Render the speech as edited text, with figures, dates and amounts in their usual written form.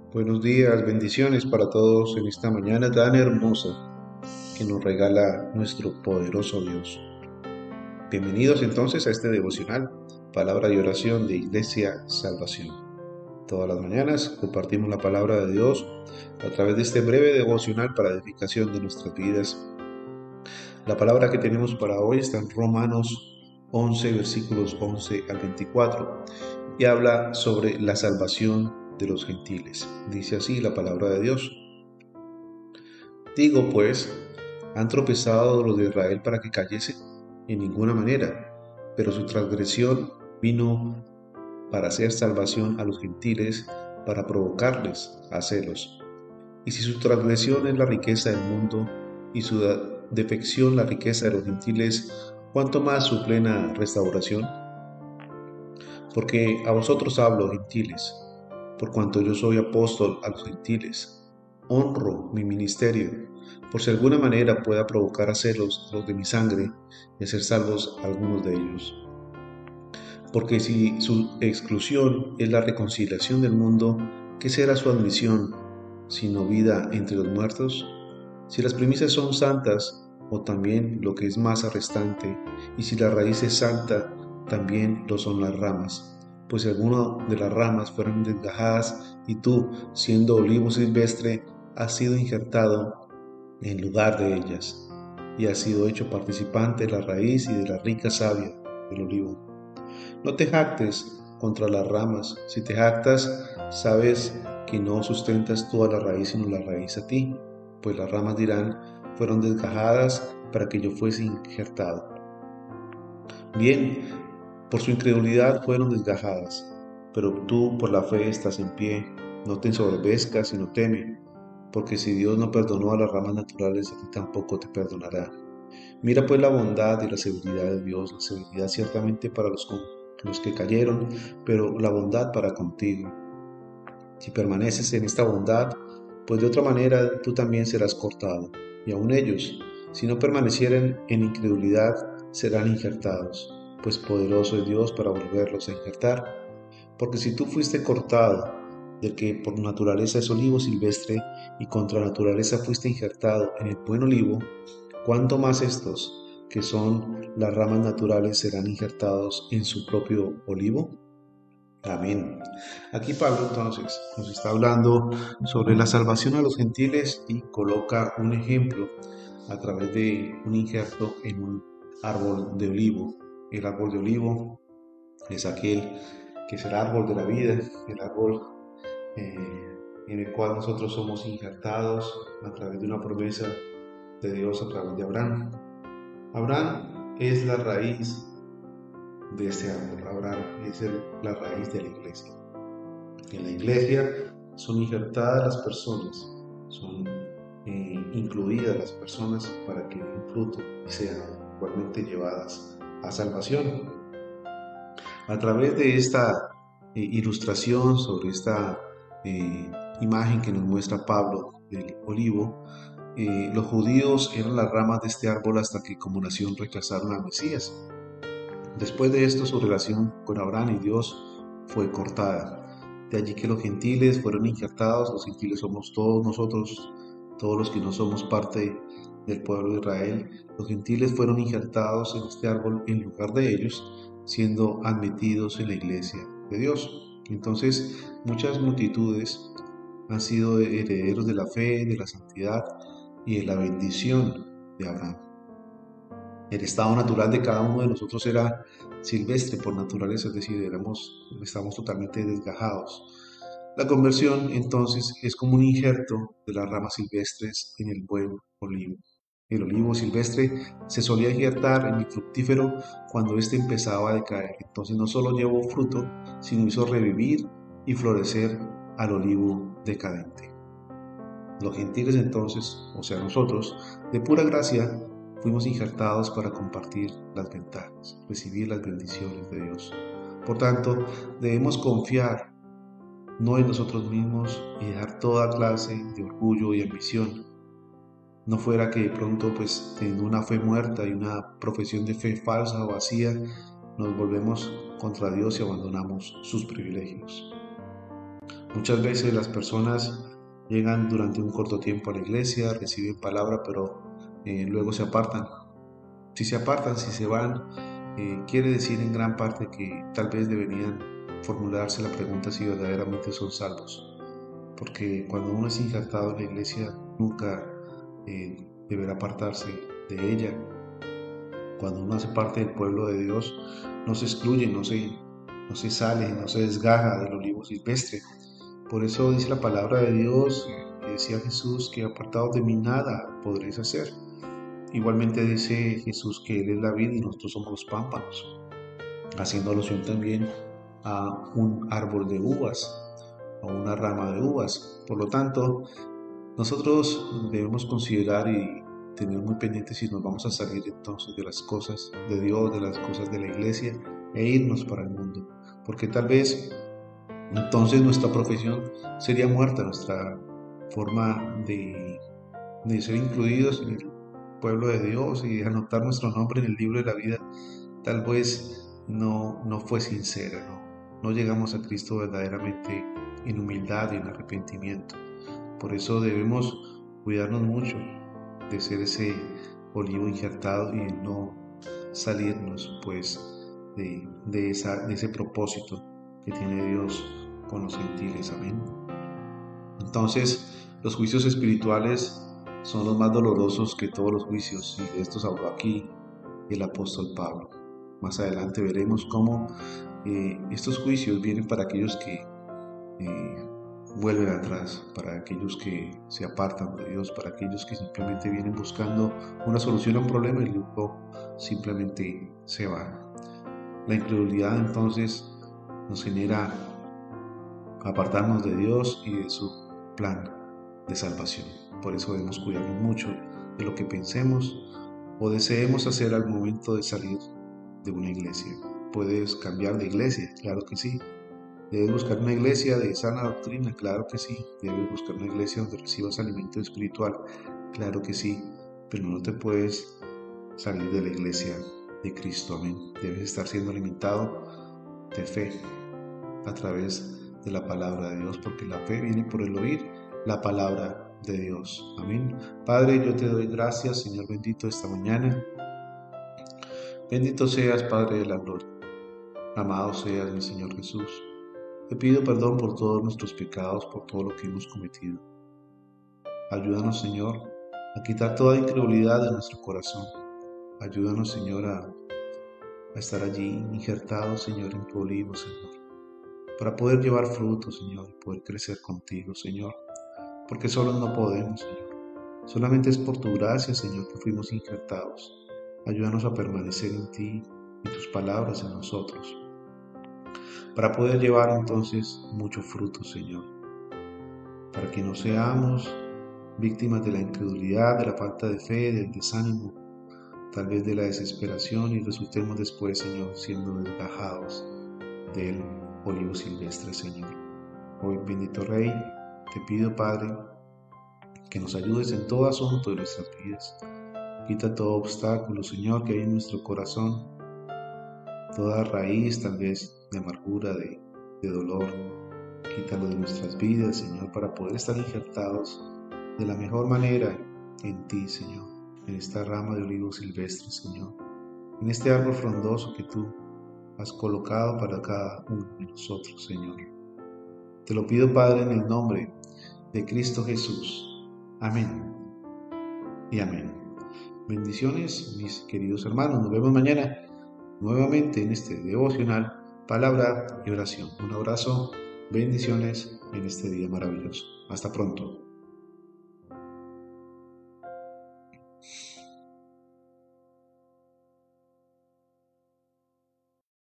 Buenos días, bendiciones para todos en esta mañana tan hermosa que nos regala nuestro poderoso Dios. Bienvenidos entonces a este devocional, palabra y oración de Iglesia Salvación. Todas las mañanas compartimos la palabra de Dios a través de este breve devocional para edificación de nuestras vidas. La palabra que tenemos para hoy está en Romanos 11, versículos 11 al 24, y habla sobre la salvación de los gentiles. Dice así la palabra de Dios. Digo pues, ¿han tropezado los de Israel para que cayesen? En ninguna manera, pero su transgresión vino para hacer salvación a los gentiles, para provocarles a celos. Y si su transgresión es la riqueza del mundo, y su defección la riqueza de los gentiles, ¿cuánto más su plena restauración? Porque a vosotros hablo, gentiles, por cuanto yo soy apóstol a los gentiles. Honro mi ministerio, por si alguna manera pueda provocar a celos los de mi sangre y hacer salvos a algunos de ellos. Porque si su exclusión es la reconciliación del mundo, ¿qué será su admisión, sino vida entre los muertos? Si las primicias son santas, o también lo que es más arrestante, y si la raíz es santa, también lo son las ramas. Pues si alguna de las ramas fueron desgajadas, y tú, siendo olivo silvestre, has sido injertado en lugar de ellas, y has sido hecho participante de la raíz y de la rica savia del olivo. No te jactes contra las ramas. Si te jactas, sabes que no sustentas tú a la raíz, sino la raíz a ti. Pues las ramas dirán, fueron desgajadas para que yo fuese injertado. Bien, por su incredulidad fueron desgajadas, pero tú por la fe estás en pie. No te ensoberbezcas, sino teme, porque si Dios no perdonó a las ramas naturales, a ti tampoco te perdonará. Mira pues la bondad y la severidad de Dios, la severidad ciertamente para los que cayeron, pero la bondad para contigo. Si permaneces en esta bondad, pues de otra manera tú también serás cortado, y aun ellos, si no permanecieren en incredulidad, serán injertados, pues poderoso es Dios para volverlos a injertar. Porque si tú fuiste cortado, del que por naturaleza es olivo silvestre, y contra naturaleza fuiste injertado en el buen olivo, ¿cuánto más estos, que son las ramas naturales, serán injertados en su propio olivo? Amén. Aquí Pablo entonces nos está hablando sobre la salvación a los gentiles y coloca un ejemplo a través de un injerto en un árbol de olivo. El árbol de olivo es aquel que es el árbol de la vida, el árbol en el cual nosotros somos injertados a través de una promesa de Dios a través de Abraham. Abraham es la raíz de este árbol. Abraham es la raíz de la iglesia. En la iglesia son injertadas las personas, son incluidas las personas para que den fruto y sean igualmente llevadas a salvación. A través de esta ilustración sobre esta imagen que nos muestra Pablo del olivo, los judíos eran las ramas de este árbol hasta que como nación rechazaron al Mesías. Después de esto, su relación con Abraham y Dios fue cortada. De allí que los gentiles fueron injertados. Los gentiles somos todos nosotros, todos los que no somos parte del pueblo de Israel. Los gentiles fueron injertados en este árbol en lugar de ellos, siendo admitidos en la iglesia de Dios. Entonces, muchas multitudes han sido herederos de la fe, de la santidad y de la bendición de Abraham. El estado natural de cada uno de nosotros era silvestre por naturaleza, es decir, estamos totalmente desgajados. La conversión, entonces, es como un injerto de las ramas silvestres en el buen olivo. El olivo silvestre se solía injertar en el fructífero cuando éste empezaba a decaer. Entonces no solo llevó fruto, sino hizo revivir y florecer al olivo decadente. Los gentiles entonces, o sea nosotros, de pura gracia, fuimos injertados para compartir las ventajas, recibir las bendiciones de Dios. Por tanto, debemos confiar no en nosotros mismos y dejar toda clase de orgullo y ambición. No fuera que de pronto, pues, en una fe muerta y una profesión de fe falsa o vacía, nos volvemos contra Dios y abandonamos sus privilegios. Muchas veces las personas llegan durante un corto tiempo a la iglesia, reciben palabra, pero luego se apartan. Si se apartan, si se van, quiere decir en gran parte que tal vez deberían formularse la pregunta si verdaderamente son salvos. Porque cuando uno es injertado en la iglesia, nunca deberá apartarse de ella. Cuando uno hace parte del pueblo de Dios, no se excluye, no se sale, no se desgaja del olivo silvestre. Por eso dice la palabra de Dios, y decía Jesús, que apartados de mí nada podréis hacer. Igualmente dice Jesús que Él es la vid y nosotros somos los pámpanos, haciendo alusión también a un árbol de uvas, a una rama de uvas. Por lo tanto, nosotros debemos considerar y tener muy pendiente si nos vamos a salir entonces de las cosas de Dios, de las cosas de la iglesia e irnos para el mundo. Porque tal vez entonces nuestra profesión sería muerta, nuestra forma de ser incluidos en el pueblo de Dios y anotar nuestro nombre en el libro de la vida, tal vez no fue sincera, no llegamos a Cristo verdaderamente en humildad y en arrepentimiento. Por eso debemos cuidarnos mucho de ser ese olivo injertado y no salirnos pues de ese propósito que tiene Dios con los gentiles. Amén. Entonces, los juicios espirituales son los más dolorosos que todos los juicios, y de estos habló aquí el apóstol Pablo. Más adelante veremos cómo estos juicios vienen para aquellos que vuelven atrás, para aquellos que se apartan de Dios, para aquellos que simplemente vienen buscando una solución a un problema y luego simplemente se van. La incredulidad entonces nos genera apartarnos de Dios y de su plan de salvación. Por eso debemos cuidarnos mucho de lo que pensemos o deseemos hacer al momento de salir de una iglesia. ¿Puedes cambiar de iglesia? Claro que sí. ¿Debes buscar una iglesia de sana doctrina? Claro que sí. ¿Debes buscar una iglesia donde recibas alimento espiritual? Claro que sí. Pero no te puedes salir de la iglesia de Cristo. Amén. Debes estar siendo alimentado de fe a través de la palabra de Dios, porque la fe viene por el oír la palabra de Dios. Amén. Padre, yo te doy gracias, Señor bendito, esta mañana. Bendito seas, Padre de la gloria. Amado seas, mi Señor Jesús. Te pido perdón por todos nuestros pecados, por todo lo que hemos cometido. Ayúdanos, Señor, a quitar toda incredulidad de nuestro corazón. Ayúdanos, Señor, a estar allí injertados, Señor, en tu olivo, Señor, para poder llevar frutos, Señor, y poder crecer contigo, Señor, porque solos no podemos, Señor. Solamente es por tu gracia, Señor, que fuimos injertados. Ayúdanos a permanecer en ti y tus palabras en nosotros, para poder llevar entonces mucho fruto, Señor, para que no seamos víctimas de la incredulidad, de la falta de fe, del desánimo, tal vez de la desesperación, y resultemos después, Señor, siendo desgajados del olivo silvestre, Señor. Hoy, bendito Rey, te pido, Padre, que nos ayudes en todo asunto de nuestras vidas. Quita todo obstáculo, Señor, que hay en nuestro corazón, toda raíz tal vez de amargura, de dolor. Quítalo de nuestras vidas, Señor, para poder estar injertados de la mejor manera en ti, Señor, en esta rama de olivo silvestre, Señor, en este árbol frondoso que tú has colocado para cada uno de nosotros, Señor. Te lo pido, Padre, en el nombre de Cristo Jesús. Amén y amén. Bendiciones, mis queridos hermanos. Nos vemos mañana nuevamente en este devocional, palabra y oración. Un abrazo, bendiciones en este día maravilloso. Hasta pronto.